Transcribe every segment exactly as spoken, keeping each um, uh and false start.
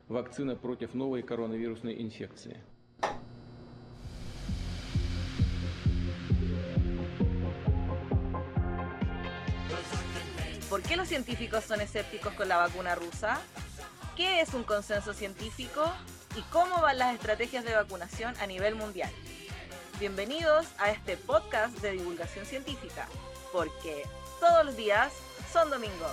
Вакцина против новой коронавирусной инфекции. ¿Por qué los científicos son escépticos con la vacuna rusa? ¿Qué es un consenso científico? ¿Y cómo van las estrategias de vacunación a nivel mundial? Bienvenidos a este podcast de divulgación científica, porque todos los días son domingo.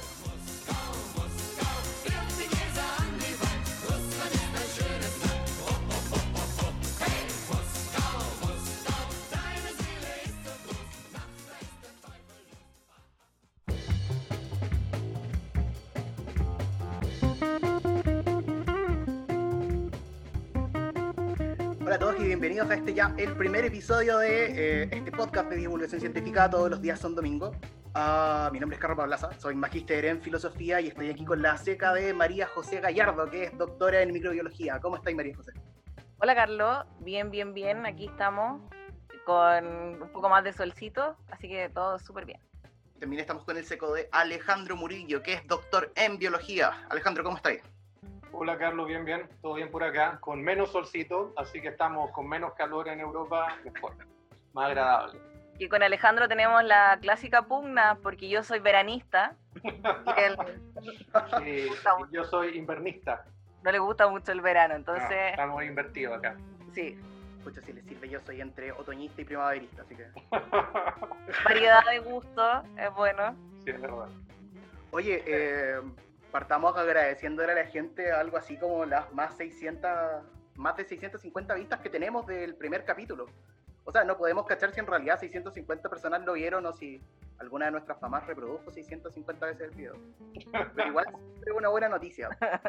Hola a todos y bienvenidos a este ya, el primer episodio de eh, este podcast de divulgación científica. Todos los días son domingo. Uh, mi nombre es Carlos Pablaza, soy magíster en filosofía y estoy aquí con la seca de María José Gallardo, que es doctora en microbiología. ¿Cómo estáis, María José? Hola Carlos, bien, bien, bien, aquí estamos con un poco más de solcito, así que todo súper bien. También estamos con el seco de Alejandro Murillo, que es doctor en biología. Alejandro, ¿cómo estáis? Hola Carlos, bien, bien, todo bien por acá, con menos solcito, así que estamos con menos calor en Europa, mejor, más agradable. Y con Alejandro tenemos la clásica pugna, porque yo soy veranista, y él sí, y yo soy invernista. No le gusta mucho el verano, entonces... No, estamos invertidos acá. Sí. Escucha, si les sirve, yo soy entre otoñista y primaverista, así que... Variedad de gusto, es bueno. Sí, es verdad. Oye, eh... partamos agradeciéndole a la gente algo así como las más seiscientas, más de seiscientas cincuenta vistas que tenemos del primer capítulo. O sea, no podemos cachar si en realidad seiscientas cincuenta personas lo vieron o si alguna de nuestras mamás reprodujo seiscientas cincuenta veces el video. Pero igual es una buena noticia.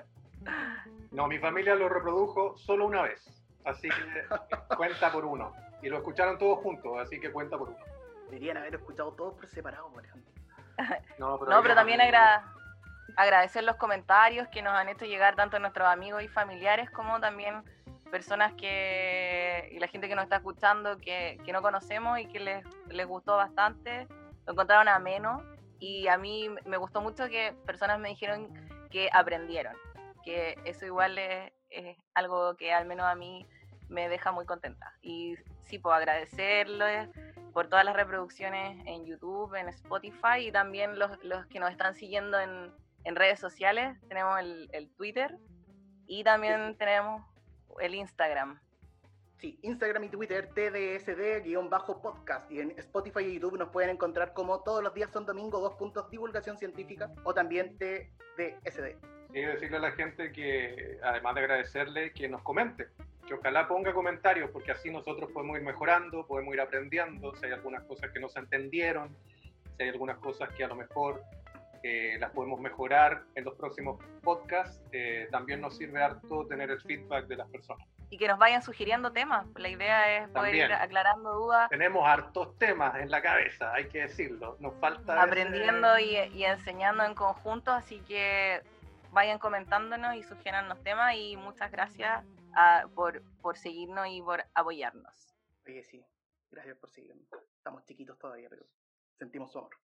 No, mi familia lo reprodujo solo una vez, así que cuenta por uno. Y lo escucharon todos juntos, así que cuenta por uno. Deberían haber escuchado todos por separado, por ejemplo. No, pero, no, pero también agra- agradecer los comentarios que nos han hecho llegar tanto nuestros amigos y familiares como también personas que y la gente que nos está escuchando que, que no conocemos y que les, les gustó bastante, lo encontraron ameno y a mí me gustó mucho que personas me dijeron que aprendieron, que eso igual es, es algo que al menos a mí me deja muy contenta. Y sí, puedo agradecerles por todas las reproducciones en YouTube, en Spotify y también los, los que nos están siguiendo en, en redes sociales. Tenemos el, el Twitter y también sí. tenemos el Instagram. Sí, Instagram y Twitter, T D S D-podcast. Y en Spotify y YouTube nos pueden encontrar como todos los días son domingo, dos puntos, divulgación científica, o también T D S D. Y decirle a la gente que, además de agradecerle, que nos comente, que ojalá ponga comentarios, porque así nosotros podemos ir mejorando, podemos ir aprendiendo, si hay algunas cosas que no se entendieron, si hay algunas cosas que a lo mejor eh, las podemos mejorar en los próximos podcasts. Eh, también nos sirve harto tener el feedback de las personas. Y que nos vayan sugiriendo temas, la idea es poder también ir aclarando dudas. Tenemos hartos temas en la cabeza, hay que decirlo, nos falta... Aprendiendo ese... y, y enseñando en conjunto, así que vayan comentándonos y sugiérannos temas y muchas gracias a, por, por seguirnos y por apoyarnos. Oye, sí, gracias por seguirnos. Estamos chiquitos todavía, pero sentimos su amor.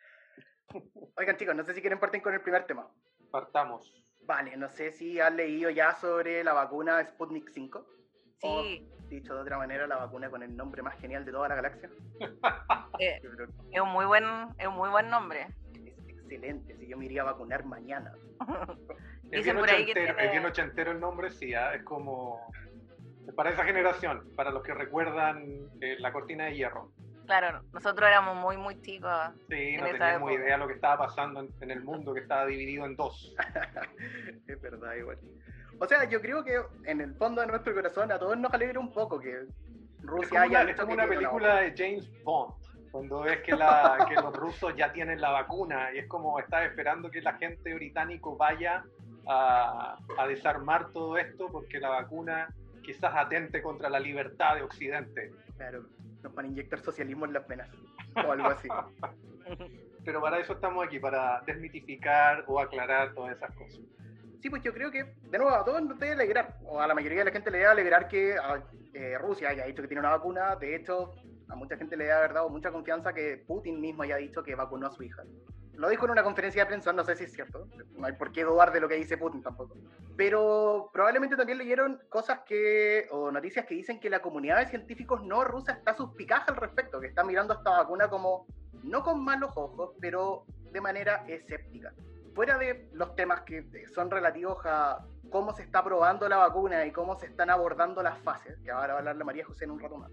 Oigan, chicos, no sé si quieren partir con el primer tema. Partamos. Vale, no sé si han leído ya sobre la vacuna Sputnik cinco. Sí. O, dicho de otra manera, la vacuna con el nombre más genial de toda la galaxia. eh, es un muy buen, es un muy buen nombre. Es excelente, si yo me iría a vacunar mañana. Es bien, por ahí que tiene... es bien ochentero el nombre, sí, ¿eh? Es como para esa generación, para los que recuerdan eh, la cortina de hierro. Claro, nosotros éramos muy, muy chicos. Sí, no teníamos idea de lo que estaba pasando en, en el mundo, que estaba dividido en dos. Es verdad, igual. O sea, yo creo que en el fondo de nuestro corazón a todos nos alegra un poco que Rusia haya... haya... Es como una, es como una película de James Bond, cuando ves que, la, que los rusos ya tienen la vacuna y es como estás esperando que la gente británico vaya a, a desarmar todo esto porque la vacuna quizás atente contra la libertad de Occidente. Claro, nos van a inyectar socialismo en las venas o algo así. Pero para eso estamos aquí, para desmitificar o aclarar todas esas cosas. Sí, pues yo creo que, de nuevo, a todos nos debe alegrar, o a la mayoría de la gente le debe alegrar que eh, Rusia haya dicho que tiene una vacuna. De hecho, a mucha gente le debe haber dado mucha confianza que Putin mismo haya dicho que vacunó a su hija. lo dijo en una conferencia de prensa, no sé si es cierto, no hay por qué dudar de lo que dice Putin tampoco, pero probablemente también leyeron cosas que, o noticias que dicen que la comunidad de científicos no rusa está suspicaz al respecto, que está mirando esta vacuna como, no con malos ojos, pero de manera escéptica. Fuera de los temas que son relativos a cómo se está probando la vacuna y cómo se están abordando las fases, que ahora va a hablar la María José en un rato más,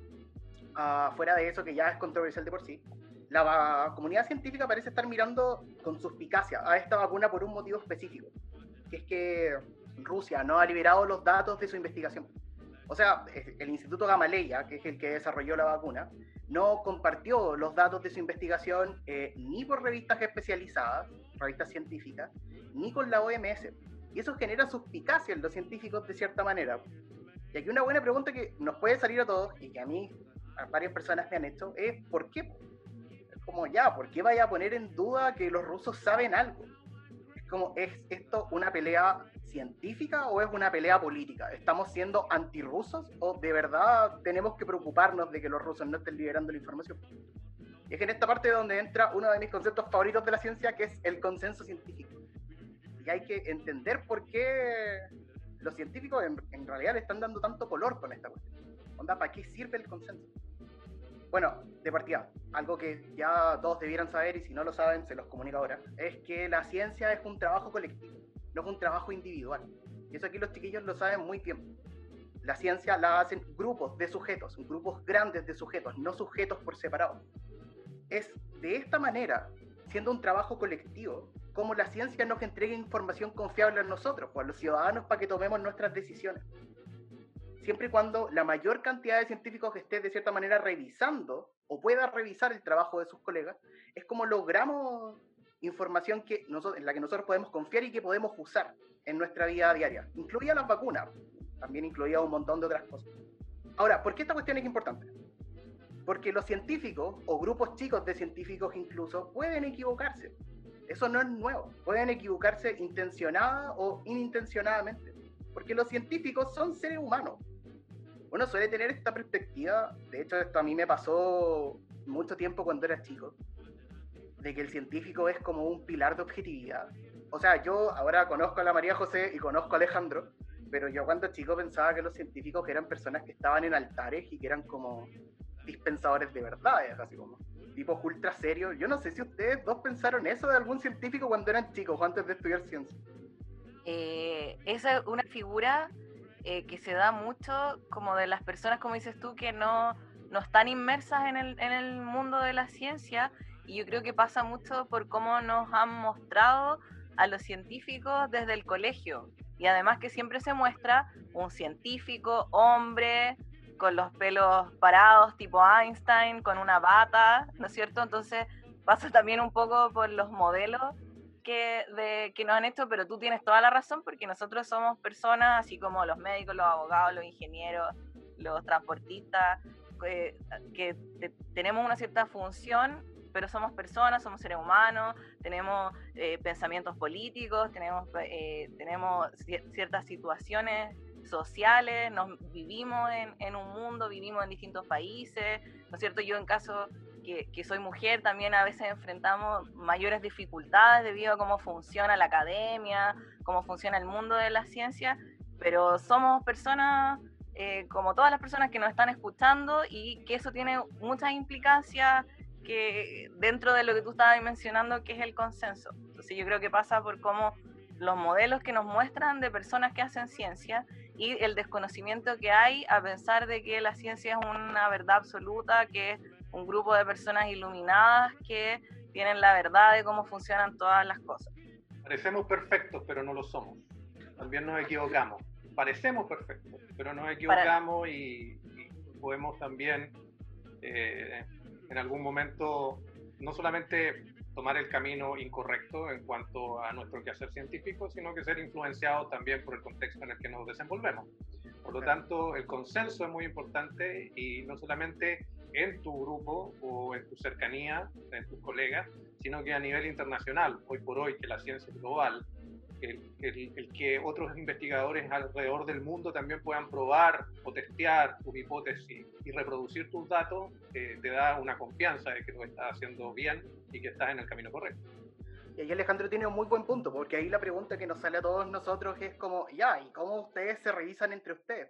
uh, fuera de eso que ya es controversial de por sí, la comunidad científica parece estar mirando con suspicacia a esta vacuna por un motivo específico, que es que Rusia no ha liberado los datos de su investigación. O sea, el Instituto Gamaleya, que es el que desarrolló la vacuna, no compartió los datos de su investigación eh, ni por revistas especializadas, revistas científicas, ni con la O M S. Y eso genera suspicacia en los científicos de cierta manera. Y aquí una buena pregunta que nos puede salir a todos, y que a mí, a varias personas me han hecho, es ¿por qué? Como ya, ¿por qué vaya a poner en duda que los rusos saben algo? Es como, ¿es esto una pelea científica o es una pelea política? ¿Estamos siendo antirrusos o de verdad tenemos que preocuparnos de que los rusos no estén liberando la información? Y es en esta parte donde entra uno de mis conceptos favoritos de la ciencia, que es el consenso científico. Y hay que entender por qué los científicos en, en realidad le están dando tanto color con esta cuestión. Onda, ¿para qué sirve el consenso? Bueno, de partida, algo que ya todos debieran saber, y si no lo saben, se los comunico ahora, es que la ciencia es un trabajo colectivo, no es un trabajo individual. Y eso aquí los chiquillos lo saben muy bien. La ciencia la hacen grupos de sujetos, grupos grandes de sujetos, no sujetos por separado. Es de esta manera, siendo un trabajo colectivo, como la ciencia nos entrega información confiable a nosotros, pues a los ciudadanos, para que tomemos nuestras decisiones. Siempre y cuando la mayor cantidad de científicos esté de cierta manera revisando o pueda revisar el trabajo de sus colegas, es como logramos información que nosotros, en la que nosotros podemos confiar y que podemos usar en nuestra vida diaria. Incluía las vacunas, también incluía un montón de otras cosas. Ahora, ¿por qué esta cuestión es importante? Porque los científicos, o grupos chicos de científicos incluso, pueden equivocarse. Eso no es nuevo. Pueden equivocarse intencionada o inintencionadamente. Porque los científicos son seres humanos. Uno suele tener esta perspectiva, de hecho esto a mí me pasó mucho tiempo cuando era chico, de que el científico es como un pilar de objetividad. O sea, yo ahora conozco a la María José y conozco a Alejandro, pero yo cuando chico pensaba que los científicos eran personas que estaban en altares y que eran como dispensadores de verdades, así como tipos ultra serios. Yo no sé si ustedes dos pensaron eso de algún científico cuando eran chicos o antes de estudiar ciencia. Eh, esa es una figura eh, que se da mucho como de las personas, como dices tú, que no, no están inmersas en el, en el mundo de la ciencia, y yo creo que pasa mucho por cómo nos han mostrado a los científicos desde el colegio, y además que siempre se muestra un científico, hombre, con los pelos parados tipo Einstein, con una bata, ¿no es cierto? Entonces pasa también un poco por los modelos que, de, que nos han hecho, pero tú tienes toda la razón, porque nosotros somos personas, así como los médicos, los abogados, los ingenieros, los transportistas, que, que te, tenemos una cierta función, pero somos personas, somos seres humanos, tenemos eh, pensamientos políticos, tenemos, eh, tenemos ciertas situaciones sociales, nos vivimos en, en un mundo, vivimos en distintos países, ¿no es cierto? Yo en caso que, que soy mujer también a veces enfrentamos mayores dificultades debido a cómo funciona la academia, cómo funciona el mundo de la ciencia, pero somos personas eh, como todas las personas que nos están escuchando, y que eso tiene muchas implicancias que dentro de lo que tú estabas mencionando, que es el consenso. Entonces yo creo que pasa por cómo los modelos que nos muestran de personas que hacen ciencia y el desconocimiento que hay a pensar de que la ciencia es una verdad absoluta, que es un grupo de personas iluminadas que tienen la verdad de cómo funcionan todas las cosas. Parecemos perfectos, pero no lo somos. También nos equivocamos. Parecemos perfectos, pero nos equivocamos. Para... y, y podemos también eh, en algún momento no solamente tomar el camino incorrecto en cuanto a nuestro quehacer científico, sino que ser influenciados también por el contexto en el que nos desenvolvemos. Por lo tanto, el consenso es muy importante, y no solamente en tu grupo o en tu cercanía, en tus colegas, sino que a nivel internacional. Hoy por hoy, que la ciencia es global, el, el, el que otros investigadores alrededor del mundo también puedan probar o testear tus hipótesis y reproducir tus datos, eh, te da una confianza de que lo estás haciendo bien y que estás en el camino correcto. Y ahí Alejandro tiene un muy buen punto, porque ahí la pregunta que nos sale a todos nosotros es como, ya, ¿y cómo ustedes se revisan entre ustedes?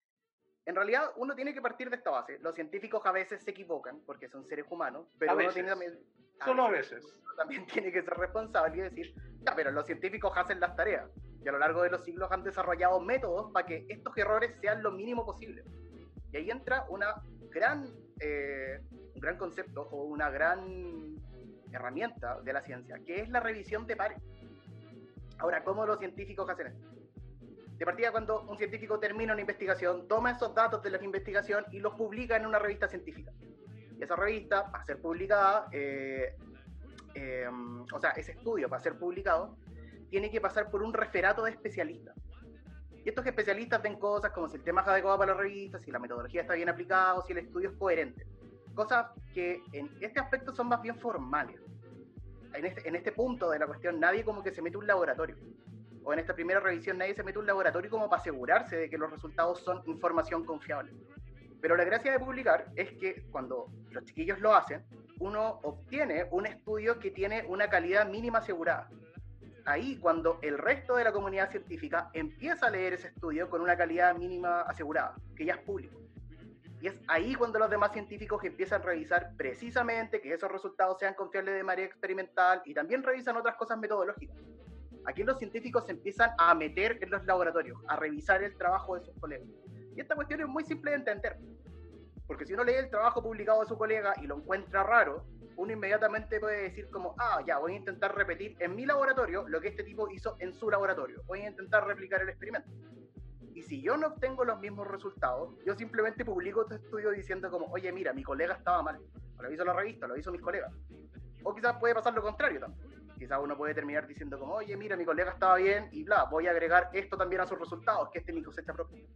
En realidad, uno tiene que partir de esta base. Los científicos a veces se equivocan, porque son seres humanos, pero A uno veces. tiene también... Solo a veces. Uno también tiene que ser responsable y decir, ya, pero los científicos hacen las tareas. Y a lo largo de los siglos han desarrollado métodos para que estos errores sean lo mínimo posible. Y ahí entra una gran, eh, un gran concepto o una gran herramienta de la ciencia, que es la revisión de pares. Ahora, ¿cómo los científicos hacen esto? De partida, cuando un científico termina una investigación, toma esos datos de la investigación y los publica en una revista científica. Y esa revista, para ser publicada, eh, eh, o sea, ese estudio, para ser publicado, tiene que pasar por un referato de especialistas. Y estos especialistas ven cosas como si el tema es adecuado para la revista, si la metodología está bien aplicada o si el estudio es coherente. Cosas que en este aspecto son más bien formales. En este, en este punto de la cuestión, nadie como que se mete a un laboratorio. O en esta primera revisión nadie se mete a un laboratorio como para asegurarse de que los resultados son información confiable. Pero la gracia de publicar es que cuando los chiquillos lo hacen, uno obtiene un estudio que tiene una calidad mínima asegurada. Ahí, cuando el resto de la comunidad científica empieza a leer ese estudio con una calidad mínima asegurada, que ya es público. Y es ahí cuando los demás científicos empiezan a revisar precisamente que esos resultados sean confiables de manera experimental y también revisan otras cosas metodológicas. Aquí los científicos se empiezan a meter en los laboratorios, a revisar el trabajo de sus colegas. Y esta cuestión es muy simple de entender. Porque si uno lee el trabajo publicado de su colega y lo encuentra raro, uno inmediatamente puede decir como, ah, ya, voy a intentar repetir en mi laboratorio lo que este tipo hizo en su laboratorio. Voy a intentar replicar el experimento. Y si yo no obtengo los mismos resultados, yo simplemente publico este estudio diciendo como, oye, mira, mi colega estaba mal. Lo hizo la revista, lo hizo mis colegas. O quizás puede pasar lo contrario también. Quizás uno puede terminar diciendo como, oye, mira, mi colega estaba bien y bla, voy a agregar esto también a sus resultados, que este es mi cosecha propia.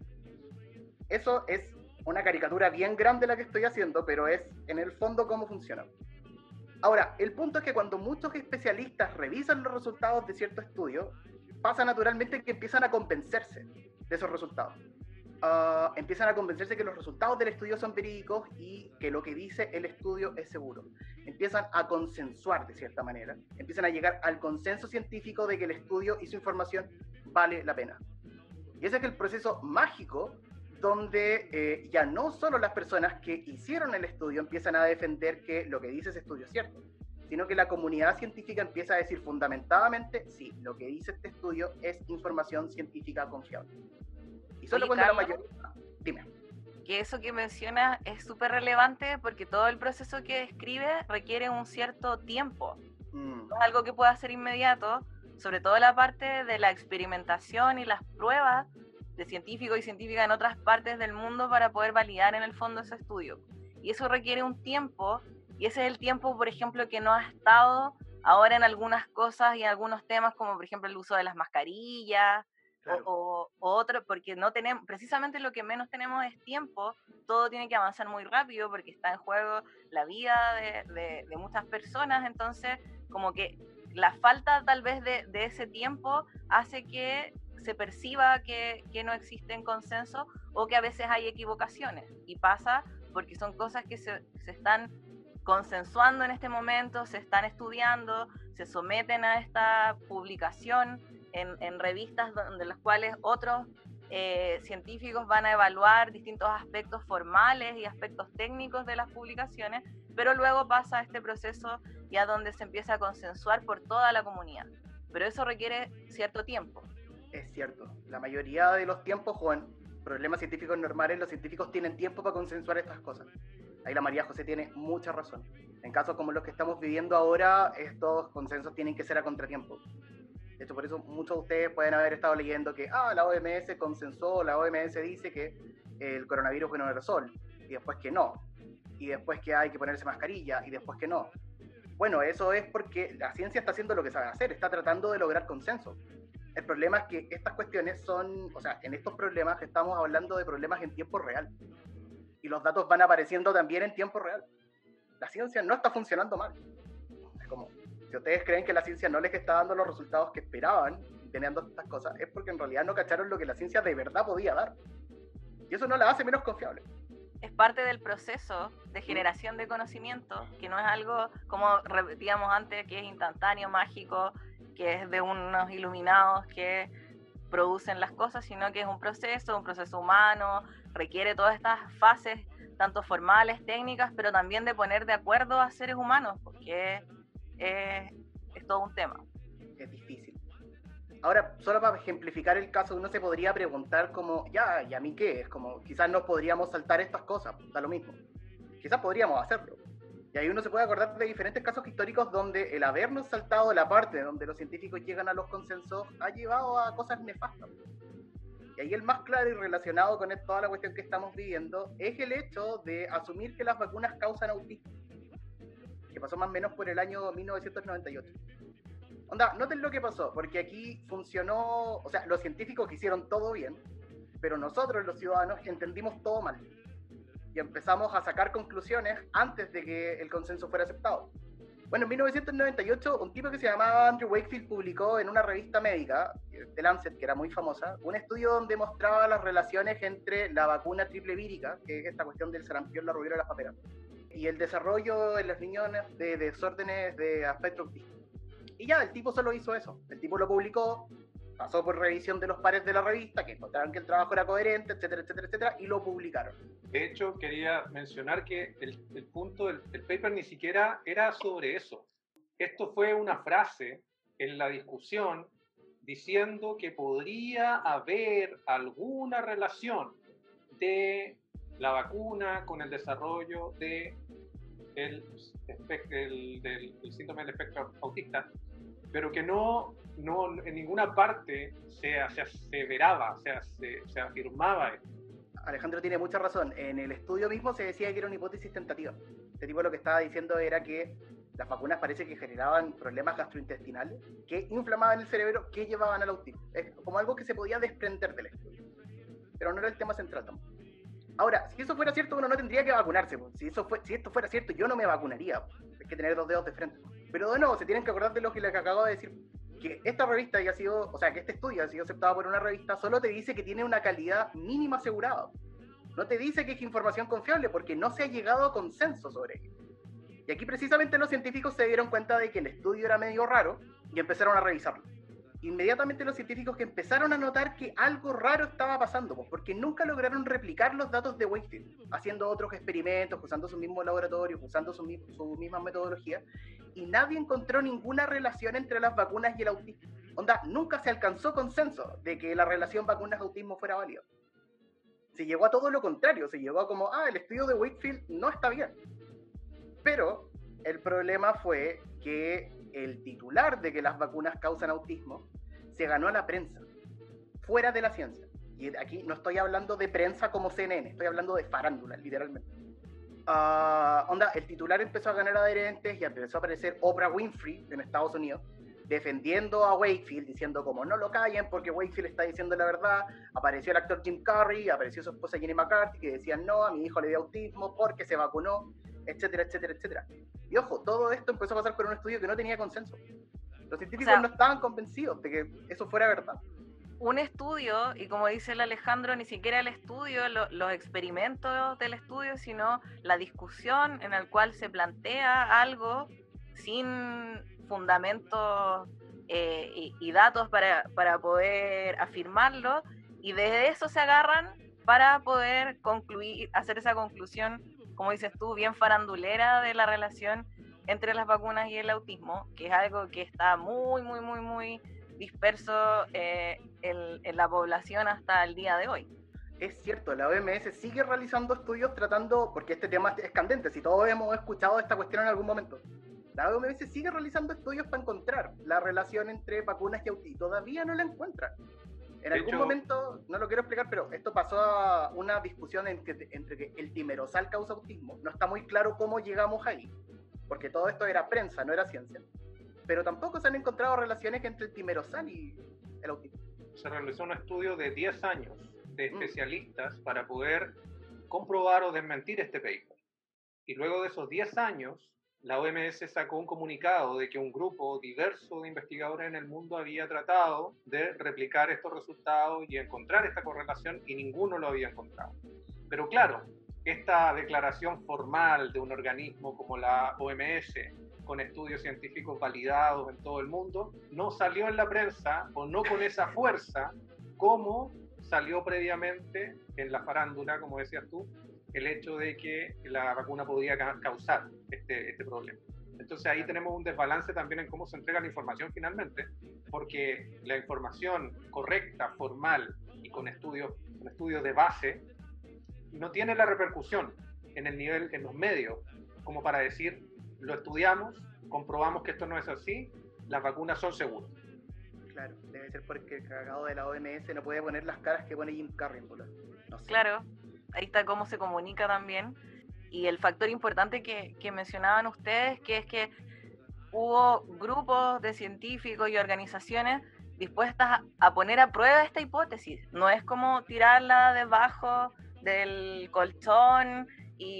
Eso es una caricatura bien grande la que estoy haciendo, pero es en el fondo cómo funciona. Ahora, el punto es que cuando muchos especialistas revisan los resultados de cierto estudio, pasa naturalmente que empiezan a convencerse de esos resultados. Uh, empiezan a convencerse que los resultados del estudio son verídicos y que lo que dice el estudio es seguro. Empiezan a consensuar de cierta manera, empiezan a llegar al consenso científico de que el estudio y su información vale la pena. Y ese es el proceso mágico donde eh, ya no solo las personas que hicieron el estudio empiezan a defender que lo que dice ese estudio es cierto, sino que la comunidad científica empieza a decir fundamentadamente, sí, lo que dice este estudio es información científica confiable. Y solo Oye, cuando Carlos, la mayoría... Dime. Que eso que mencionas es súper relevante porque todo el proceso que describe requiere un cierto tiempo. Mm. No es algo que pueda ser inmediato, sobre todo la parte de la experimentación y las pruebas de científicos y científicas en otras partes del mundo para poder validar en el fondo ese estudio. Y eso requiere un tiempo, y ese es el tiempo, por ejemplo, que no ha estado ahora en algunas cosas y en algunos temas, como por ejemplo el uso de las mascarillas, Claro. o, o otro, porque no tenemos, precisamente lo que menos tenemos es tiempo, todo tiene que avanzar muy rápido porque está en juego la vida de, de, de muchas personas, entonces como que la falta tal vez de, de ese tiempo hace que se perciba que, que no existen consensos o que a veces hay equivocaciones, y pasa porque son cosas que se, se están consensuando en este momento, se están estudiando, se someten a esta publicación en, en revistas donde las cuales otros eh, científicos van a evaluar distintos aspectos formales y aspectos técnicos de las publicaciones, pero luego pasa este proceso ya donde se empieza a consensuar por toda la comunidad, pero eso requiere cierto tiempo. Es cierto, la mayoría de los tiempos, Juan, problemas científicos normales, los científicos tienen tiempo para consensuar estas cosas. Ahí la María José tiene mucha razón. En casos como los que estamos viviendo ahora, estos consensos tienen que ser a contratiempo. De hecho, por eso muchos de ustedes pueden haber estado leyendo que ah, la O M S consensuó, la O M S dice que el coronavirus es un aerosol, y después que no, y después que hay que ponerse mascarilla, y después que no. Bueno, eso es porque la ciencia está haciendo lo que sabe hacer, está tratando de lograr consenso. El problema es que estas cuestiones son, o sea, en estos problemas estamos hablando de problemas en tiempo real. Y los datos van apareciendo también en tiempo real. La ciencia no está funcionando mal. Es como, si ustedes creen que la ciencia no les está dando los resultados que esperaban, teniendo estas cosas, es porque en realidad no cacharon lo que la ciencia de verdad podía dar. Y eso no la hace menos confiable. es parte del proceso de generación de conocimiento, que no es algo, como repetíamos antes, que es instantáneo, mágico, que es de unos iluminados que producen las cosas, sino que es un proceso, un proceso humano, requiere todas estas fases, tanto formales, técnicas, pero también de poner de acuerdo a seres humanos, porque es, es todo un tema. Es difícil. Ahora, solo para ejemplificar el caso, uno se podría preguntar como, ya, ¿y a mí qué? Es como, quizás nos podríamos saltar estas cosas, da lo mismo. Quizás podríamos hacerlo. Y ahí uno se puede acordar de diferentes casos históricos donde el habernos saltado la parte donde los científicos llegan a los consensos ha llevado a cosas nefastas. Y ahí el más claro y relacionado con toda la cuestión que estamos viviendo es el hecho de asumir que las vacunas causan autismo, que pasó más o menos por el año mil novecientos noventa y ocho. Onda, noten lo que pasó, porque aquí funcionó, o sea, los científicos hicieron todo bien, pero nosotros los ciudadanos entendimos todo mal. Y empezamos a sacar conclusiones antes de que el consenso fuera aceptado. Bueno, en mil novecientos noventa y ocho, un tipo que se llamaba Andrew Wakefield publicó en una revista médica, The Lancet, que era muy famosa, un estudio donde mostraba las relaciones entre la vacuna triple vírica, que es esta cuestión del sarampión, la rubiola y las paperas, y el desarrollo en los niños de desórdenes de aspecto autista. Y ya, el tipo solo hizo eso. El tipo lo publicó, pasó por revisión de los pares de la revista, que encontraron que el trabajo era coherente, etcétera, etcétera, etcétera, y lo publicaron. De hecho, quería mencionar que el, el punto del el paper ni siquiera era sobre eso. Esto fue una frase en la discusión diciendo que podría haber alguna relación de la vacuna con el desarrollo de el, el, del, el síndrome del espectro autista, pero que no, no en ninguna parte se, se aseveraba, o sea, se, se afirmaba esto. Alejandro tiene mucha razón. En el estudio mismo se decía que era una hipótesis tentativa. Este tipo lo que estaba diciendo era que las vacunas parece que generaban problemas gastrointestinales, que inflamaban el cerebro, que llevaban al autismo. Es como algo que se podía desprender del estudio. Pero no era el tema central tampoco. Ahora, si eso fuera cierto, uno no tendría que vacunarse. Si, eso fue, si esto fuera cierto, yo no me vacunaría. Hay que tener dos dedos de frente. Pero de nuevo, se tienen que acordar de lo que les acabo de decir, que esta revista haya sido, o sea, que este estudio ha sido aceptado por una revista, solo te dice que tiene una calidad mínima asegurada. No te dice que es información confiable, porque no se ha llegado a consenso sobre ello. Y aquí precisamente los científicos se dieron cuenta de que el estudio era medio raro y empezaron a revisarlo. Inmediatamente los científicos que empezaron a notar que algo raro estaba pasando, pues, porque nunca lograron replicar los datos de Wakefield, haciendo otros experimentos, usando sus mismos laboratorios, usando sus su mismas metodologías, y nadie encontró ninguna relación entre las vacunas y el autismo. Onda, nunca se alcanzó consenso de que la relación vacunas-autismo fuera válida. Se llegó a todo lo contrario, se llegó a como, ah, el estudio de Wakefield no está bien. Pero el problema fue que el titular de que las vacunas causan autismo se ganó a la prensa, fuera de la ciencia. Y aquí no estoy hablando de prensa como C N N, estoy hablando de farándula, literalmente. Uh, onda, el titular empezó a ganar adherentes y empezó a aparecer Oprah Winfrey en Estados Unidos, defendiendo a Wakefield, diciendo como no lo callen porque Wakefield está diciendo la verdad. Apareció el actor Jim Carrey, apareció su esposa Jenny McCarthy, que decían no, a mi hijo le dio autismo porque se vacunó, etcétera, etcétera, etcétera. Y ojo, todo esto empezó a pasar por un estudio que no tenía consenso. Los científicos, o sea, no estaban convencidos de que eso fuera verdad. Un estudio, y como dice el Alejandro, ni siquiera el estudio, lo, los experimentos del estudio, sino la discusión en la cual se plantea algo sin fundamentos eh, y, y datos para, para poder afirmarlo, y de eso se agarran para poder concluir, hacer esa conclusión, como dices tú, bien farandulera de la relación entre las vacunas y el autismo, que es algo que está muy, muy, muy, muy disperso eh, en, en la población hasta el día de hoy. Es cierto, la O M S sigue realizando estudios tratando, porque este tema es candente, si todos hemos escuchado esta cuestión en algún momento, la O M S sigue realizando estudios para encontrar la relación entre vacunas y autismo, todavía no la encuentran. En algún hecho, momento, no lo quiero explicar, pero esto pasó a una discusión entre, entre que el timerosal causa autismo. No está muy claro cómo llegamos ahí, porque todo esto era prensa, no era ciencia. Pero tampoco se han encontrado relaciones entre el timerosal y el autismo. Se realizó un estudio de diez años de especialistas mm. para poder comprobar o desmentir este paper. Y luego de esos diez años, la O M S sacó un comunicado de que un grupo diverso de investigadores en el mundo había tratado de replicar estos resultados y encontrar esta correlación y ninguno lo había encontrado. Pero claro, esta declaración formal de un organismo como la O M S, con estudios científicos validados en todo el mundo, no salió en la prensa o no con esa fuerza como salió previamente en la farándula, como decías tú, el hecho de que la vacuna podía causar este, este problema. Entonces ahí tenemos un desbalance también en cómo se entrega la información finalmente, porque la información correcta, formal y con estudios, con estudios de base no tiene la repercusión en el nivel, en los medios, como para decir, lo estudiamos, comprobamos que esto no es así, las vacunas son seguras. Claro, debe ser porque el cagado de la O M S no puede poner las caras que pone Jim Carrey, no sé. Claro, ahí está cómo se comunica también. Y el factor importante que, que mencionaban ustedes, que es que hubo grupos de científicos y organizaciones dispuestas a, a poner a prueba esta hipótesis. No es como tirarla debajo del colchón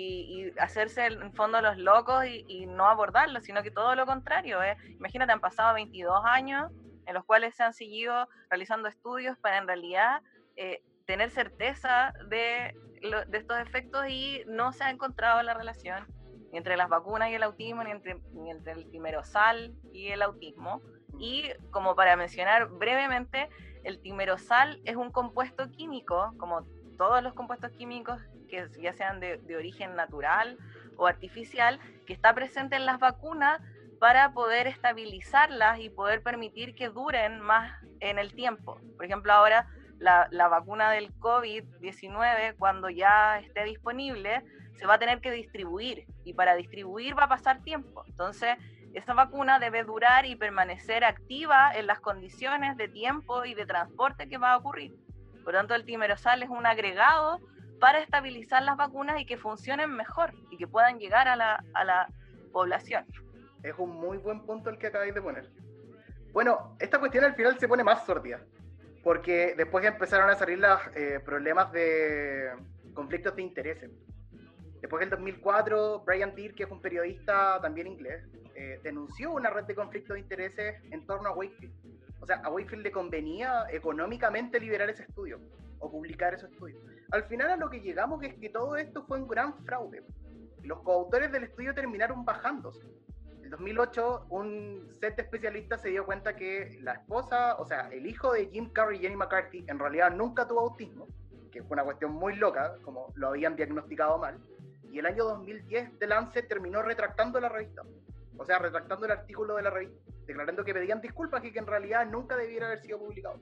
y, y hacerse en fondo los locos y, y no abordarlo, sino que todo lo contrario. ¿eh? Imagínate, han pasado veintidós años en los cuales se han seguido realizando estudios para en realidad eh, tener certeza de, lo, de estos efectos y no se ha encontrado la relación ni entre las vacunas y el autismo, ni entre, ni entre el timerosal y el autismo. Y como para mencionar brevemente, el timerosal es un compuesto químico, como todos los compuestos químicos, que ya sean de, de origen natural o artificial, que está presente en las vacunas para poder estabilizarlas y poder permitir que duren más en el tiempo. Por ejemplo, ahora la, la vacuna del COVID diecinueve, cuando ya esté disponible, se va a tener que distribuir, y para distribuir va a pasar tiempo. Entonces, esa vacuna debe durar y permanecer activa en las condiciones de tiempo y de transporte que va a ocurrir. Por lo tanto, el timerosal es un agregado para estabilizar las vacunas y que funcionen mejor y que puedan llegar a la, a la población. Es un muy buen punto el que acabáis de poner. Bueno, esta cuestión al final se pone más sordida, porque después empezaron a salir los eh, problemas de conflictos de intereses. Después del dos mil cuatro, Brian Deere, que es un periodista también inglés, eh, denunció una red de conflictos de intereses en torno a Wakefield. O sea, a Wakefield le convenía económicamente liberar ese estudio o publicar ese estudio. Al final a lo que llegamos es que todo esto fue un gran fraude. Los coautores del estudio terminaron bajándose. En dos mil ocho, un set de especialistas se dio cuenta que la esposa, o sea, el hijo de Jim Carrey y Jenny McCarthy, en realidad nunca tuvo autismo, que fue una cuestión muy loca, como lo habían diagnosticado mal. Y el año dos mil diez, The Lancet terminó retractando la revista. O sea, retractando el artículo de la revista, declarando que pedían disculpas y que en realidad nunca debiera haber sido publicado.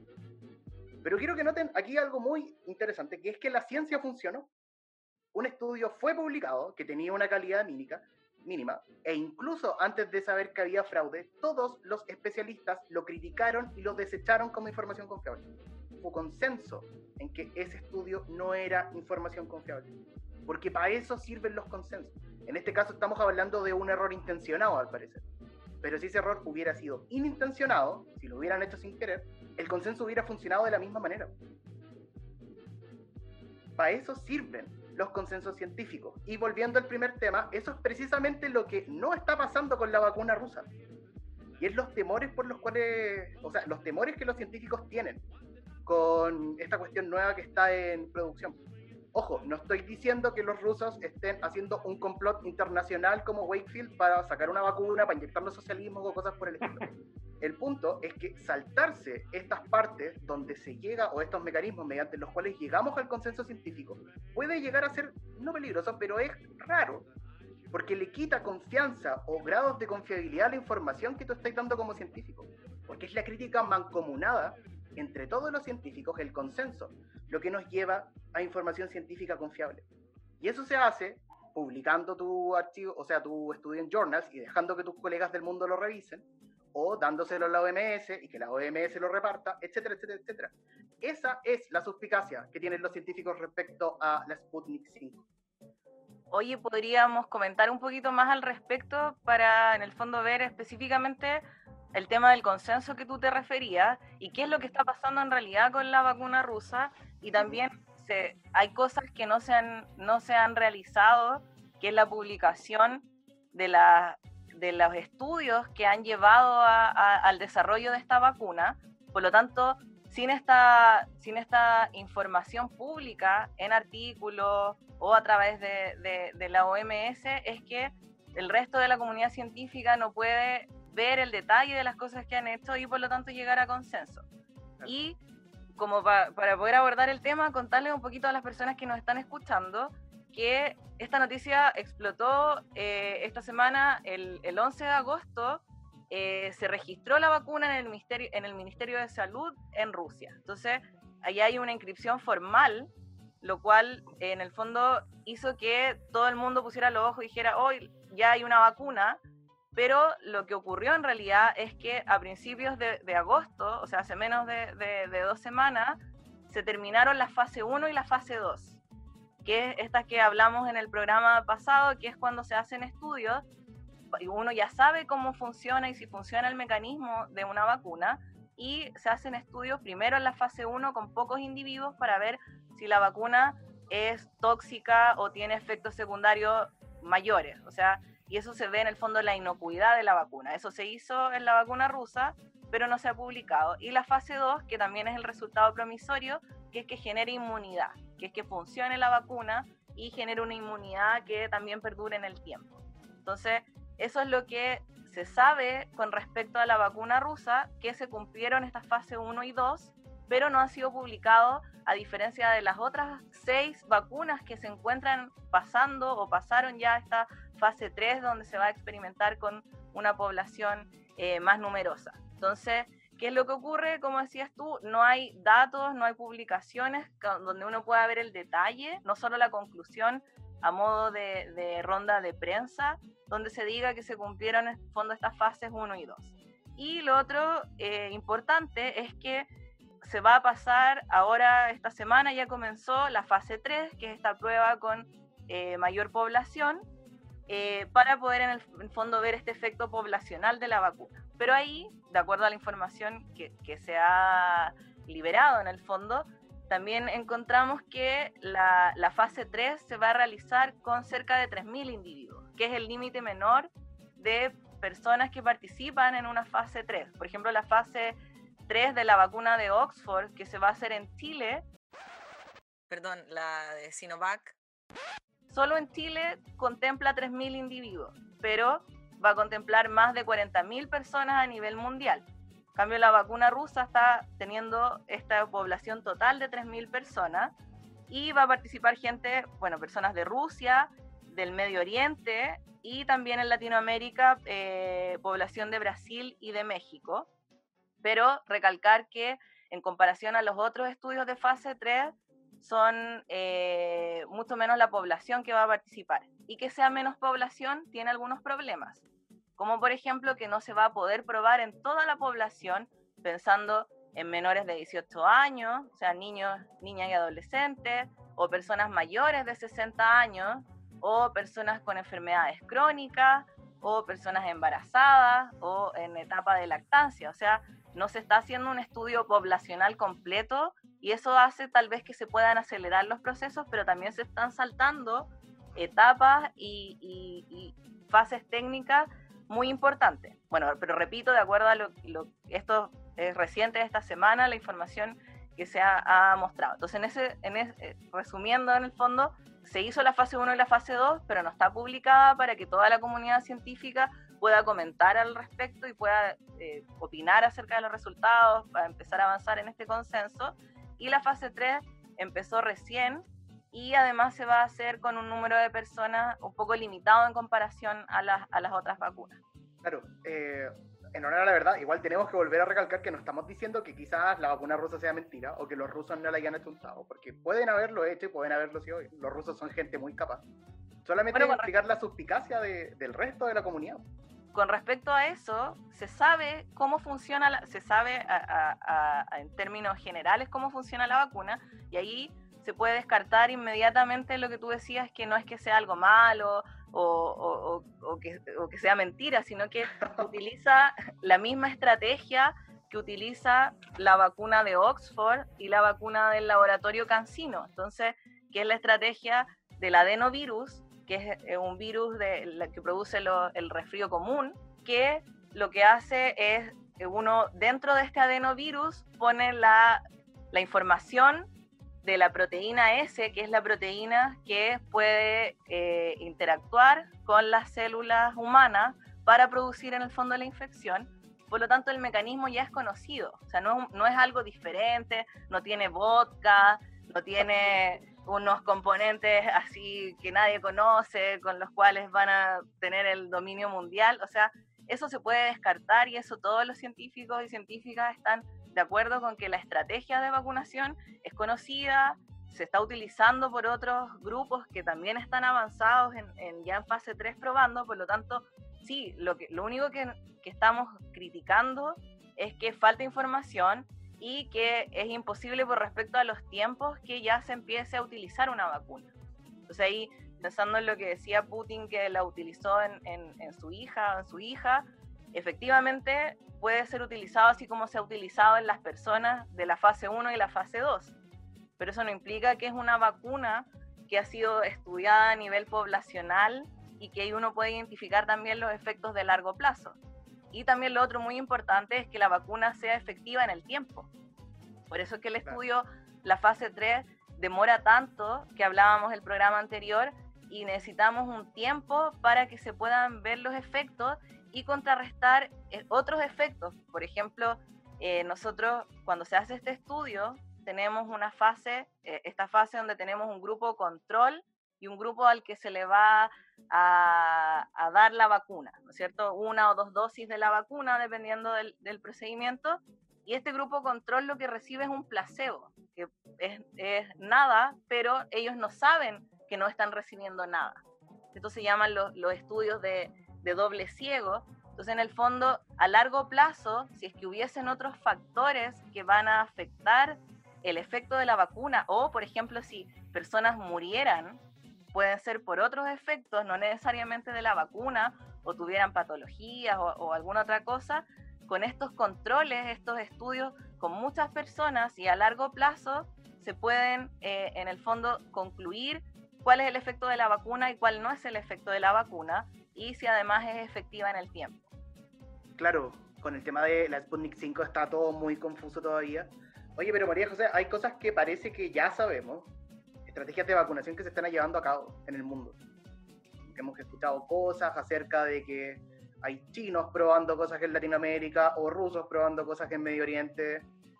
Pero quiero que noten aquí algo muy interesante, que es que la ciencia funcionó. Un estudio fue publicado que tenía una calidad mínima, mínima, e incluso antes de saber que había fraude, todos los especialistas lo criticaron y lo desecharon como información confiable. Hubo consenso en que ese estudio no era información confiable, porque para eso sirven los consensos. En este caso estamos hablando de un error intencionado, al parecer. Pero si ese error hubiera sido inintencionado, si lo hubieran hecho sin querer, el consenso hubiera funcionado de la misma manera. Para eso sirven los consensos científicos. Y volviendo al primer tema, eso es precisamente lo que no está pasando con la vacuna rusa. Y es los temores por los cuales, o sea, los temores que los científicos tienen con esta cuestión nueva que está en producción. Ojo, no estoy diciendo que los rusos estén haciendo un complot internacional como Wakefield para sacar una vacuna, para inyectar los socialismos o cosas por el estilo. El punto es que saltarse estas partes donde se llega, o estos mecanismos mediante los cuales llegamos al consenso científico, puede llegar a ser no peligroso, pero es raro, porque le quita confianza o grados de confiabilidad a la información que tú estás dando como científico, porque es la crítica mancomunada entre todos los científicos, el consenso, lo que nos lleva a información científica confiable. Y eso se hace publicando tu archivo, o sea, tu estudio en journals y dejando que tus colegas del mundo lo revisen, o dándoselo a la O M S y que la O M S lo reparta, etcétera, etcétera, etcétera. Esa es la suspicacia que tienen los científicos respecto a la Sputnik cinco. Oye, ¿podríamos comentar un poquito más al respecto para, en el fondo, ver específicamente el tema del consenso que tú te referías y qué es lo que está pasando en realidad con la vacuna rusa? Y también se, hay cosas que no se han, no se han realizado, que es la publicación de, la, de los estudios que han llevado a, a, al desarrollo de esta vacuna. Por lo tanto, sin esta, sin esta información pública en artículos o a través de, de, de la O M S, es que el resto de la comunidad científica no puede ver el detalle de las cosas que han hecho y por lo tanto llegar a consenso. Y como pa, para poder abordar el tema, contarles un poquito a las personas que nos están escuchando que esta noticia explotó eh, esta semana, el, el once de agosto, eh, se registró la vacuna en el, ministerio, en el Ministerio de Salud en Rusia. Entonces, ahí hay una inscripción formal, lo cual eh, en el fondo hizo que todo el mundo pusiera los ojos y dijera, hoy oh, ya hay una vacuna, pero lo que ocurrió en realidad es que a principios de, de agosto, o sea, hace menos de, de, de dos semanas, se terminaron la fase uno y la fase dos, que es estas que hablamos en el programa pasado, que es cuando se hacen estudios, y uno ya sabe cómo funciona y si funciona el mecanismo de una vacuna, y se hacen estudios primero en la fase uno con pocos individuos para ver si la vacuna es tóxica o tiene efectos secundarios mayores, o sea, y eso se ve en el fondo en la inocuidad de la vacuna. Eso se hizo en la vacuna rusa, pero no se ha publicado. Y la fase dos, que también es el resultado promisorio, que es que genere inmunidad, que es que funcione la vacuna y genere una inmunidad que también perdure en el tiempo. Entonces, eso es lo que se sabe con respecto a la vacuna rusa, que se cumplieron estas fases uno y dos, pero no han sido publicados, a diferencia de las otras seis vacunas que se encuentran pasando o pasaron ya esta fase tres, donde se va a experimentar con una población eh, más numerosa. Entonces, ¿qué es lo que ocurre? Como decías tú, no hay datos, no hay publicaciones donde uno pueda ver el detalle, no solo la conclusión a modo de, de ronda de prensa, donde se diga que se cumplieron en el fondo estas fases uno y dos. Y lo otro eh, importante es que se va a pasar ahora, esta semana ya comenzó la fase tres, que es esta prueba con eh, mayor población, eh, para poder en el, en el fondo ver este efecto poblacional de la vacuna. Pero ahí, de acuerdo a la información que, que se ha liberado en el fondo, también encontramos que la, la fase tres se va a realizar con cerca de tres mil individuos, que es el límite menor de personas que participan en una fase tres. Por ejemplo, la fase tres de la vacuna de Oxford, que se va a hacer en Chile, perdón, la de Sinovac, solo en Chile contempla tres mil individuos, pero va a contemplar más de cuarenta mil personas a nivel mundial. En cambio, la vacuna rusa está teniendo esta población total de tres mil personas y va a participar gente, bueno, personas de Rusia, del Medio Oriente y también en Latinoamérica, eh, población de Brasil y de México. Pero recalcar que en comparación a los otros estudios de fase tres, son eh, mucho menos la población que va a participar. Y que sea menos población tiene algunos problemas, como por ejemplo que no se va a poder probar en toda la población, pensando en menores de dieciocho años, o sea, niños, niñas y adolescentes, o personas mayores de sesenta años, o personas con enfermedades crónicas, o personas embarazadas, o en etapa de lactancia. O sea, no se está haciendo un estudio poblacional completo y eso hace tal vez que se puedan acelerar los procesos, pero también se están saltando etapas y, y, y fases técnicas muy importantes. Bueno, pero repito, de acuerdo a lo, lo esto es reciente de esta semana, la información que se ha, ha mostrado. Entonces, en ese, en ese, resumiendo en el fondo, se hizo la fase uno y la fase dos, pero no está publicada para que toda la comunidad científica pueda comentar al respecto y pueda eh, opinar acerca de los resultados para empezar a avanzar en este consenso. Y la fase tres empezó recién y además se va a hacer con un número de personas un poco limitado en comparación a las, a las otras vacunas. Claro, eh, en honor a la verdad, igual tenemos que volver a recalcar que no estamos diciendo que quizás la vacuna rusa sea mentira o que los rusos no la hayan achuntado, porque pueden haberlo hecho y pueden haberlo sido. Los rusos son gente muy capaz. Solamente bueno, explicar la suspicacia de, del resto de la comunidad. Con respecto a eso, se sabe cómo funciona, la, se sabe a, a, a, en términos generales cómo funciona la vacuna, y ahí se puede descartar inmediatamente lo que tú decías, que no es que sea algo malo o, o, o, o, que, o que sea mentira, sino que utiliza la misma estrategia que utiliza la vacuna de Oxford y la vacuna del laboratorio CanSino. Entonces, que es la estrategia del adenovirus, que es un virus de, la que produce lo, el resfrío común, que lo que hace es uno dentro de este adenovirus pone la, la información de la proteína S, que es la proteína que puede eh, interactuar con las células humanas para producir en el fondo la infección. Por lo tanto, el mecanismo ya es conocido, o sea, no, no es algo diferente, no tiene vodka, no tiene unos componentes así que nadie conoce, con los cuales van a tener el dominio mundial. O sea, eso se puede descartar, y eso todos los científicos y científicas están de acuerdo con que la estrategia de vacunación es conocida, se está utilizando por otros grupos que también están avanzados en, en ya en fase tres probando. Por lo tanto, sí, lo, que, lo único que, que estamos criticando es que falta información y que es imposible por respecto a los tiempos que ya se empiece a utilizar una vacuna. Entonces ahí, pensando en lo que decía Putin, que la utilizó en, en, en su hija o en su hija, efectivamente puede ser utilizado así como se ha utilizado en las personas de la fase uno y la fase dos. Pero eso no implica que es una vacuna que ha sido estudiada a nivel poblacional y que ahí uno puede identificar también los efectos de largo plazo. Y también lo otro muy importante es que la vacuna sea efectiva en el tiempo. Por eso es que el estudio, la fase tres, demora tanto, que hablábamos del programa anterior, y necesitamos un tiempo para que se puedan ver los efectos y contrarrestar otros efectos. Por ejemplo, eh, nosotros cuando se hace este estudio tenemos una fase, eh, esta fase donde tenemos un grupo control y un grupo al que se le va a, a dar la vacuna, ¿no es cierto? Una o dos dosis de la vacuna, dependiendo del, del procedimiento, y este grupo control lo que recibe es un placebo, que es, es nada, pero ellos no saben que no están recibiendo nada. Estos se llaman los, los estudios de, de doble ciego. Entonces, en el fondo, a largo plazo, si es que hubiesen otros factores que van a afectar el efecto de la vacuna, o, por ejemplo, si personas murieran, pueden ser por otros efectos, no necesariamente de la vacuna, o tuvieran patologías o, o alguna otra cosa, con estos controles, estos estudios con muchas personas y a largo plazo, se pueden, eh, en el fondo, concluir cuál es el efecto de la vacuna y cuál no es el efecto de la vacuna, y si además es efectiva en el tiempo. Claro, con el tema de la Sputnik cinco está todo muy confuso todavía. Oye, pero María José, hay cosas que parece que ya sabemos, estrategias de vacunación que se están llevando a cabo en el mundo. Hemos escuchado cosas acerca de que hay chinos probando cosas en Latinoamérica, o rusos probando cosas en Medio Oriente,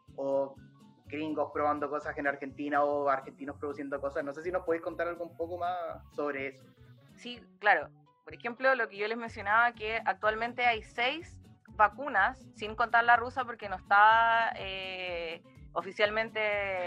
o gringos probando cosas en Argentina, o argentinos produciendo cosas. No sé si nos podéis contar algo un poco más sobre eso. Sí, claro. Por ejemplo, lo que yo les mencionaba, que actualmente hay seis vacunas, sin contar la rusa porque no está eh, oficialmente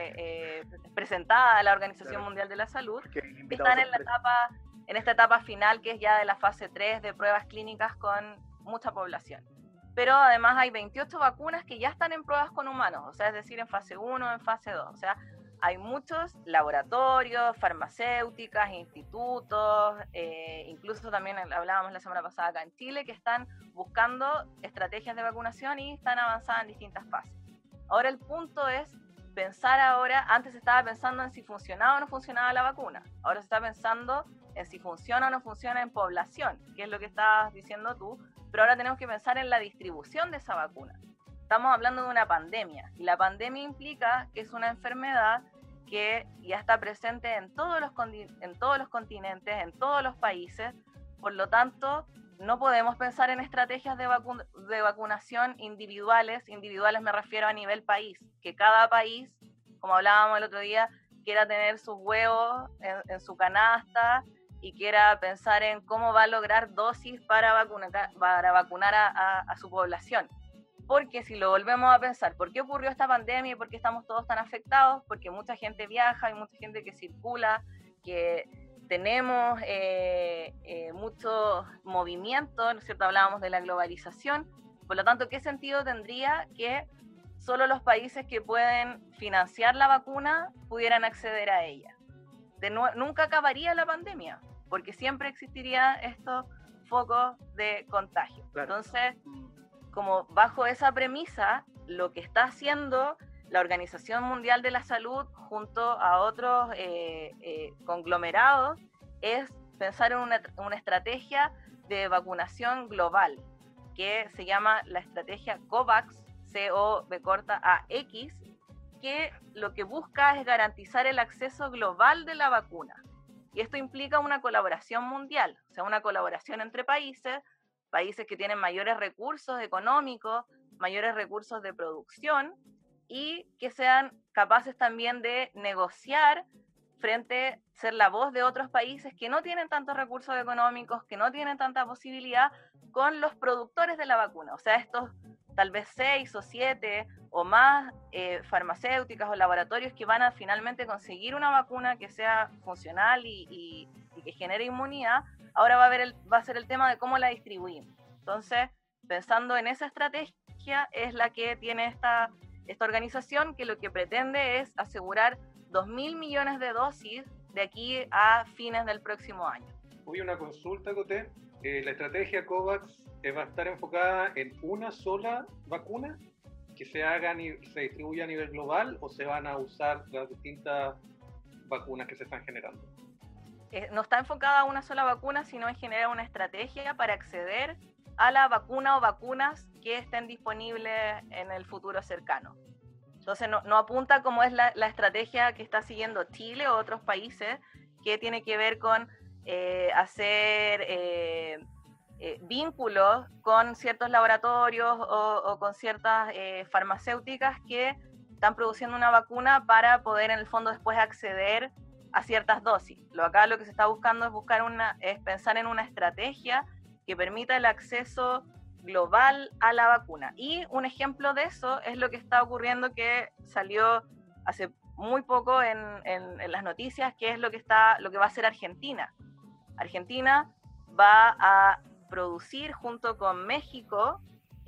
eh, presentada a la Organización claro. Mundial de la Salud, que están en, la etapa, en esta etapa final, que es ya de la fase tres de pruebas clínicas con mucha población. Pero además hay veintiocho vacunas que ya están en pruebas con humanos, o sea, es decir, en fase uno, en fase dos. O sea, hay muchos laboratorios, farmacéuticas, institutos, eh, incluso también hablábamos la semana pasada acá en Chile, que están buscando estrategias de vacunación y están avanzadas en distintas fases. Ahora el punto es pensar ahora, antes se estaba pensando en si funcionaba o no funcionaba la vacuna, ahora se está pensando en si funciona o no funciona en población, que es lo que estabas diciendo tú, pero ahora tenemos que pensar en la distribución de esa vacuna. Estamos hablando de una pandemia, y la pandemia implica que es una enfermedad que ya está presente en todos los, en todos los continentes, en todos los países. Por lo tanto, no podemos pensar en estrategias de, vacu de vacunación individuales. Individuales me refiero a nivel país, que cada país, como hablábamos el otro día, quiera tener sus huevos en, en su canasta y quiera pensar en cómo va a lograr dosis para vacunar, para vacunar a, a, a su población. Porque si lo volvemos a pensar, ¿por qué ocurrió esta pandemia y por qué estamos todos tan afectados? Porque mucha gente viaja, hay mucha gente que circula, que tenemos eh, eh, mucho movimiento, ¿no es cierto? Hablábamos de la globalización. Por lo tanto, ¿qué sentido tendría que solo los países que pueden financiar la vacuna pudieran acceder a ella? De no, nunca acabaría la pandemia, porque siempre existirían estos focos de contagio. Claro. Entonces, como bajo esa premisa, lo que está haciendo la Organización Mundial de la Salud junto a otros eh, eh, conglomerados es pensar en una, una estrategia de vacunación global, que se llama la estrategia COVAX, C O V corta A X, que lo que busca es garantizar el acceso global de la vacuna. Y esto implica una colaboración mundial, o sea, una colaboración entre países, países que tienen mayores recursos económicos, mayores recursos de producción, y que sean capaces también de negociar frente a ser la voz de otros países que no tienen tantos recursos económicos, que no tienen tanta posibilidad, con los productores de la vacuna. O sea, estos tal vez seis o siete o más eh, farmacéuticas o laboratorios que van a finalmente conseguir una vacuna que sea funcional y, y, y que genere inmunidad, ahora va a, ver el, va a ser el tema de cómo la distribuimos. Entonces, pensando en esa estrategia, es la que tiene esta, esta organización, que lo que pretende es asegurar dos mil millones de dosis de aquí a fines del próximo año. Hubo una consulta, Coté. Eh, la estrategia COVAX eh, va a estar enfocada en una sola vacuna que se haga ni, se distribuya a nivel global, o se van a usar las distintas vacunas que se están generando. Eh, no está enfocada a una sola vacuna, sino en generar una estrategia para acceder a la vacuna o vacunas que estén disponibles en el futuro cercano. Entonces no, no apunta como es la, la estrategia que está siguiendo Chile o otros países, que tiene que ver con eh, hacer eh, eh, vínculos con ciertos laboratorios o, o con ciertas eh, farmacéuticas que están produciendo una vacuna para poder en el fondo después acceder a ciertas dosis. Lo acá lo que se está buscando es buscar una, es pensar en una estrategia que permita el acceso global a la vacuna. Y un ejemplo de eso es lo que está ocurriendo, que salió hace muy poco en, en, en las noticias, que es lo que, está, lo que va a hacer Argentina. Argentina va a producir junto con México,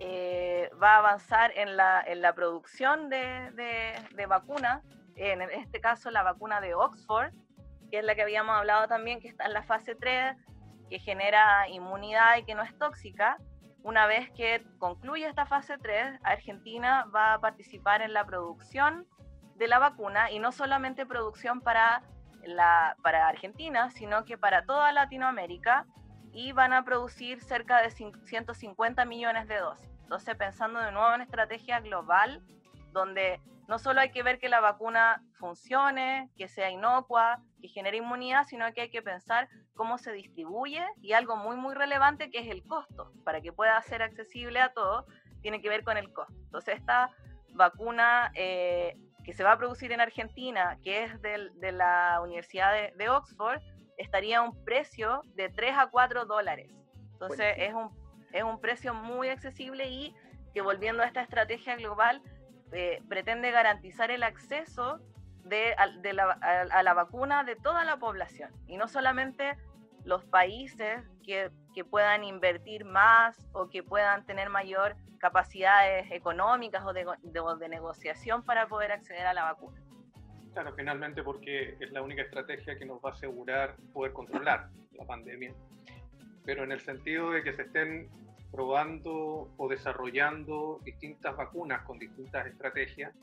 eh, va a avanzar en la, en la producción de, de, de vacunas, en este caso la vacuna de Oxford, que es la que habíamos hablado también, que está en la fase tres, que genera inmunidad y que no es tóxica. Una vez que concluye esta fase tres, Argentina va a participar en la producción de la vacuna, y no solamente producción para, la, para Argentina, sino que para toda Latinoamérica, y van a producir cerca de ciento cincuenta millones de dosis. Entonces, pensando de nuevo en estrategia global, donde no solo hay que ver que la vacuna funcione, que sea inocua, que genere inmunidad, sino que hay que pensar cómo se distribuye, y algo muy muy relevante, que es el costo. Para que pueda ser accesible a todos, tiene que ver con el costo. Entonces esta vacuna eh, que se va a producir en Argentina, que es del, de la Universidad de, de Oxford, estaría a un precio de tres a cuatro dólares. Entonces es un, es un precio muy accesible, y que, volviendo a esta estrategia global, eh, pretende garantizar el acceso de, de la, a, a la vacuna de toda la población, y no solamente los países que, que puedan invertir más o que puedan tener mayor capacidades económicas o de, de, de negociación para poder acceder a la vacuna. Claro, finalmente porque es la única estrategia que nos va a asegurar poder controlar la pandemia, pero en el sentido de que se estén probando o desarrollando distintas vacunas con distintas estrategias,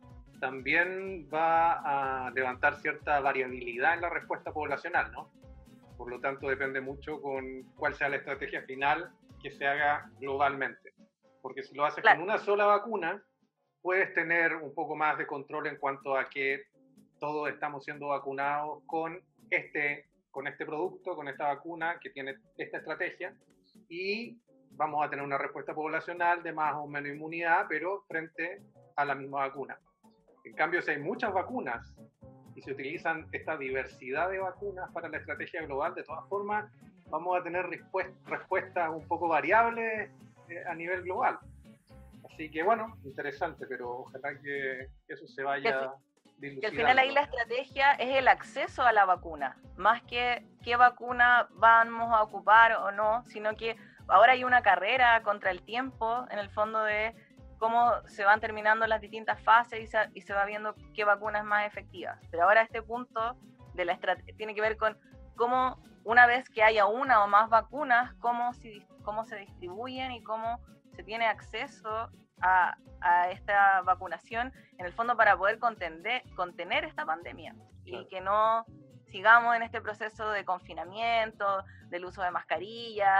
también va a levantar cierta variabilidad en la respuesta poblacional, ¿no? Por lo tanto, depende mucho con cuál sea la estrategia final que se haga globalmente. Porque si lo haces claro. con una sola vacuna, puedes tener un poco más de control en cuanto a que todos estamos siendo vacunados con este, con este producto, con esta vacuna que tiene esta estrategia, y vamos a tener una respuesta poblacional de más o menos inmunidad, pero frente a la misma vacuna. En cambio, si hay muchas vacunas y se utilizan esta diversidad de vacunas para la estrategia global, de todas formas vamos a tener respuestas un poco variables eh, a nivel global. Así que bueno, interesante, pero ojalá que eso se vaya dilucidando. Que al final ahí la estrategia es el acceso a la vacuna, más que qué vacuna vamos a ocupar o no, sino que ahora hay una carrera contra el tiempo, en el fondo, de cómo se van terminando las distintas fases y se, y se va viendo qué vacuna es más efectiva. Pero ahora este punto de la estrategia tiene que ver con cómo, una vez que haya una o más vacunas, cómo se, cómo se distribuyen y cómo se tiene acceso a, a esta vacunación, en el fondo, para poder contener, contener esta pandemia. Y que no sigamos en este proceso de confinamiento, del uso de mascarillas,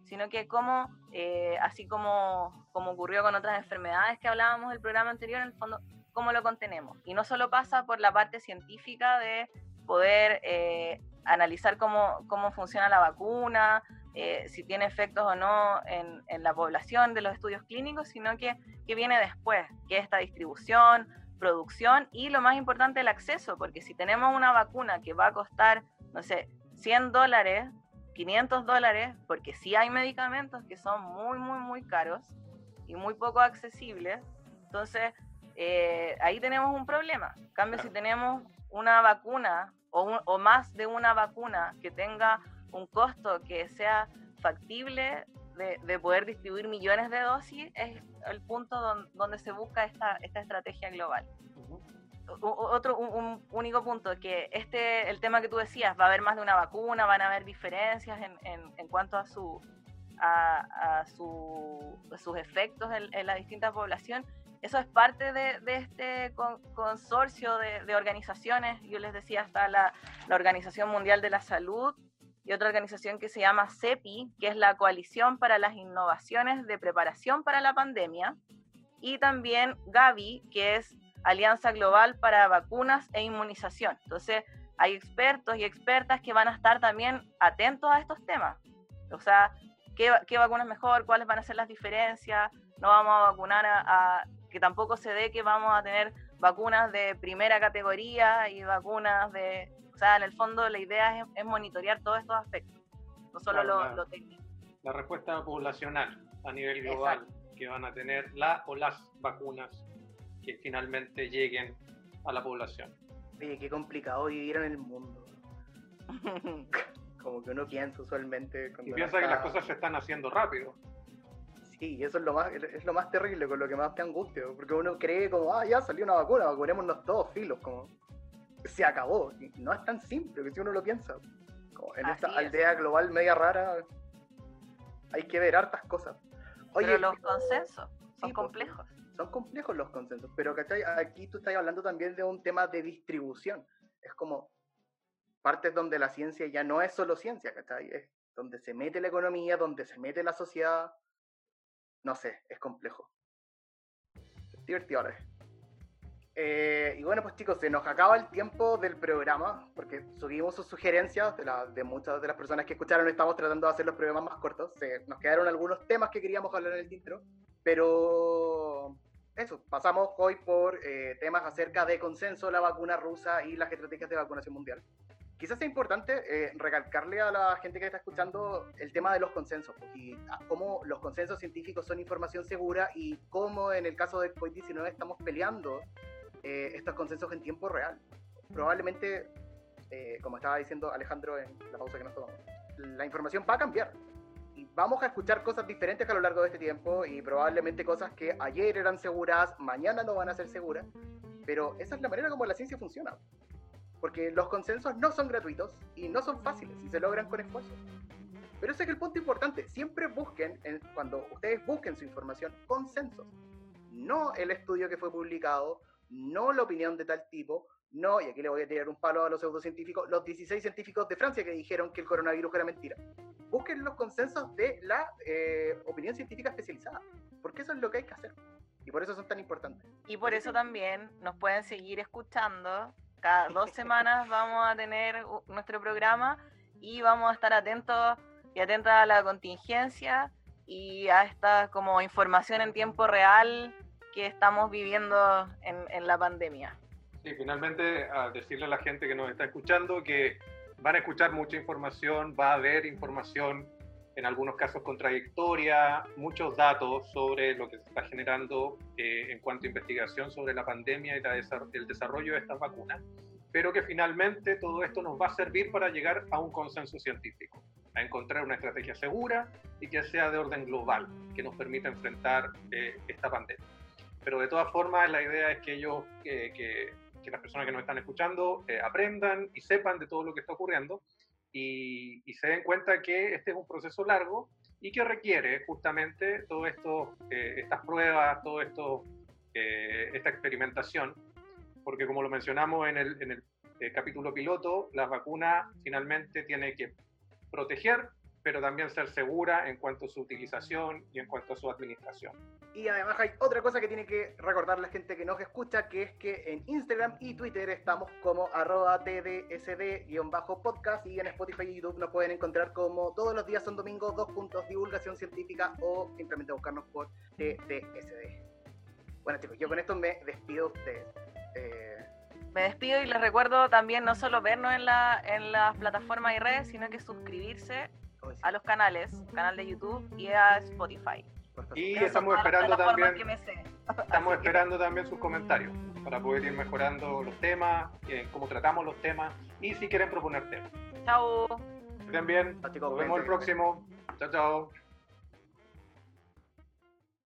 sino que cómo, eh, así como, como ocurrió con otras enfermedades que hablábamos del programa anterior, en el fondo, cómo lo contenemos. Y no solo pasa por la parte científica de poder eh, analizar cómo, cómo funciona la vacuna, eh, si tiene efectos o no en, en la población de los estudios clínicos, sino que, que viene después, que es esta distribución, producción y lo más importante, el acceso, porque si tenemos una vacuna que va a costar, no sé, cien dólares, quinientos dólares, porque sí hay medicamentos que son muy, muy, muy caros y muy poco accesibles, entonces eh, ahí tenemos un problema. En cambio, si tenemos una vacuna o, un, o más de una vacuna que tenga un costo que sea factible de, de poder distribuir millones de dosis, es el punto don, donde se busca esta, esta estrategia global. Uh-huh. Otro un, un único punto, que este, el tema que tú decías, va a haber más de una vacuna, van a haber diferencias en, en, en cuanto a, su, a, a, su, a sus efectos en, en la distinta población. Eso es parte de, de este con, consorcio de, de organizaciones. Yo les decía, está la, la Organización Mundial de la Salud y otra organización que se llama CEPI, que es la Coalición para las Innovaciones de Preparación para la Pandemia, y también Gavi, que es Alianza Global para Vacunas e Inmunización. Entonces, hay expertos y expertas que van a estar también atentos a estos temas. O sea, ¿qué, qué vacuna es mejor? ¿Cuáles van a ser las diferencias? No vamos a vacunar a, a... que tampoco se dé que vamos a tener vacunas de primera categoría y vacunas de... O sea, en el fondo la idea es, es monitorear todos estos aspectos, no solo claro, lo, la, lo técnico. La respuesta poblacional a nivel global. Exacto. Que van a tener la o las vacunas que finalmente lleguen a la población. Oye, qué complicado vivir en el mundo. Como que uno piensa usualmente... Y piensa está... que las cosas se están haciendo rápido. Sí, eso es lo más es lo más terrible, con lo que más te angustia, porque uno cree como, ah, ya salió una vacuna, vacunémonos todos, filos, como se acabó. Y no es tan simple que si uno lo piensa. Como en Así esta es. aldea global media rara hay que ver hartas cosas. Oye, pero los consensos son sí, complejos. Pues, son complejos los consensos, pero ¿cachai? Aquí tú estás hablando también de un tema de distribución. Es como partes donde la ciencia ya no es solo ciencia, ¿cachai? Es donde se mete la economía, donde se mete la sociedad. No sé, es complejo. Es divertido ahora. Eh, y bueno, pues chicos, se nos acaba el tiempo del programa, porque subimos sus sugerencias de, la, de muchas de las personas que escucharon. Estamos tratando de hacer los programas más cortos. Se, nos quedaron algunos temas que queríamos hablar en el tintero, pero eso, pasamos hoy por eh, temas acerca de consenso, la vacuna rusa y las estrategias de vacunación mundial. Quizás sea importante eh, recalcarle a la gente que está escuchando el tema de los consensos, y cómo los consensos científicos son información segura y cómo en el caso del COVID diecinueve estamos peleando eh, estos consensos en tiempo real. Probablemente, eh, como estaba diciendo Alejandro en la pausa que nos tomamos, la información va a cambiar y vamos a escuchar cosas diferentes a lo largo de este tiempo, y probablemente cosas que ayer eran seguras, mañana no van a ser seguras, pero esa es la manera como la ciencia funciona. Porque los consensos no son gratuitos y no son fáciles y se logran con esfuerzo. Pero ese es el punto importante. Siempre busquen, en, cuando ustedes busquen su información, consensos. No el estudio que fue publicado, no la opinión de tal tipo, no, y aquí le voy a tirar un palo a los pseudocientíficos, los dieciséis científicos de Francia que dijeron que el coronavirus era mentira. Busquen los consensos de la eh, opinión científica especializada, porque eso es lo que hay que hacer. Y por eso son tan importantes. Y por eso también nos pueden seguir escuchando. Cada dos semanas vamos a tener nuestro programa y vamos a estar atentos y atentas a la contingencia y a esta como información en tiempo real que estamos viviendo en, en la pandemia. Sí, finalmente a decirle a la gente que nos está escuchando que van a escuchar mucha información, va a haber información en algunos casos contradictoria, muchos datos sobre lo que se está generando eh, en cuanto a investigación sobre la pandemia y la desa- el desarrollo de estas vacunas, pero que finalmente todo esto nos va a servir para llegar a un consenso científico, a encontrar una estrategia segura y que sea de orden global, que nos permita enfrentar eh, esta pandemia. Pero de todas formas, la idea es que ellos, eh, que, que las personas que nos están escuchando eh, aprendan y sepan de todo lo que está ocurriendo, Y, y se den cuenta que este es un proceso largo y que requiere justamente todo esto, eh, estas pruebas, todo esto, eh, esta experimentación, porque como lo mencionamos en el, en el eh, capítulo piloto, la vacuna finalmente tiene que proteger, pero también ser segura en cuanto a su utilización y en cuanto a su administración. Y además hay otra cosa que tiene que recordar la gente que nos escucha, que es que en Instagram y Twitter estamos como arroba tdsd-podcast, y en Spotify y YouTube nos pueden encontrar como Todos los días son domingos, dos puntos, divulgación científica, o simplemente buscarnos por T D S D. Bueno chicos, yo con esto me despido de ustedes. Eh, Me despido y les recuerdo también no solo vernos en, la, en las plataformas y redes, sino que suscribirse ¿cómo decir? a los canales, canal de YouTube y a Spotify. Y Esas son estamos todas las esperando plataformas también, que me sé. estamos esperando también sus comentarios para poder ir mejorando los temas, eh, cómo tratamos los temas y si quieren proponer temas. Chao. Que estén bien, Chao, chicos, nos vemos el cuídense. próximo. Chao, chao.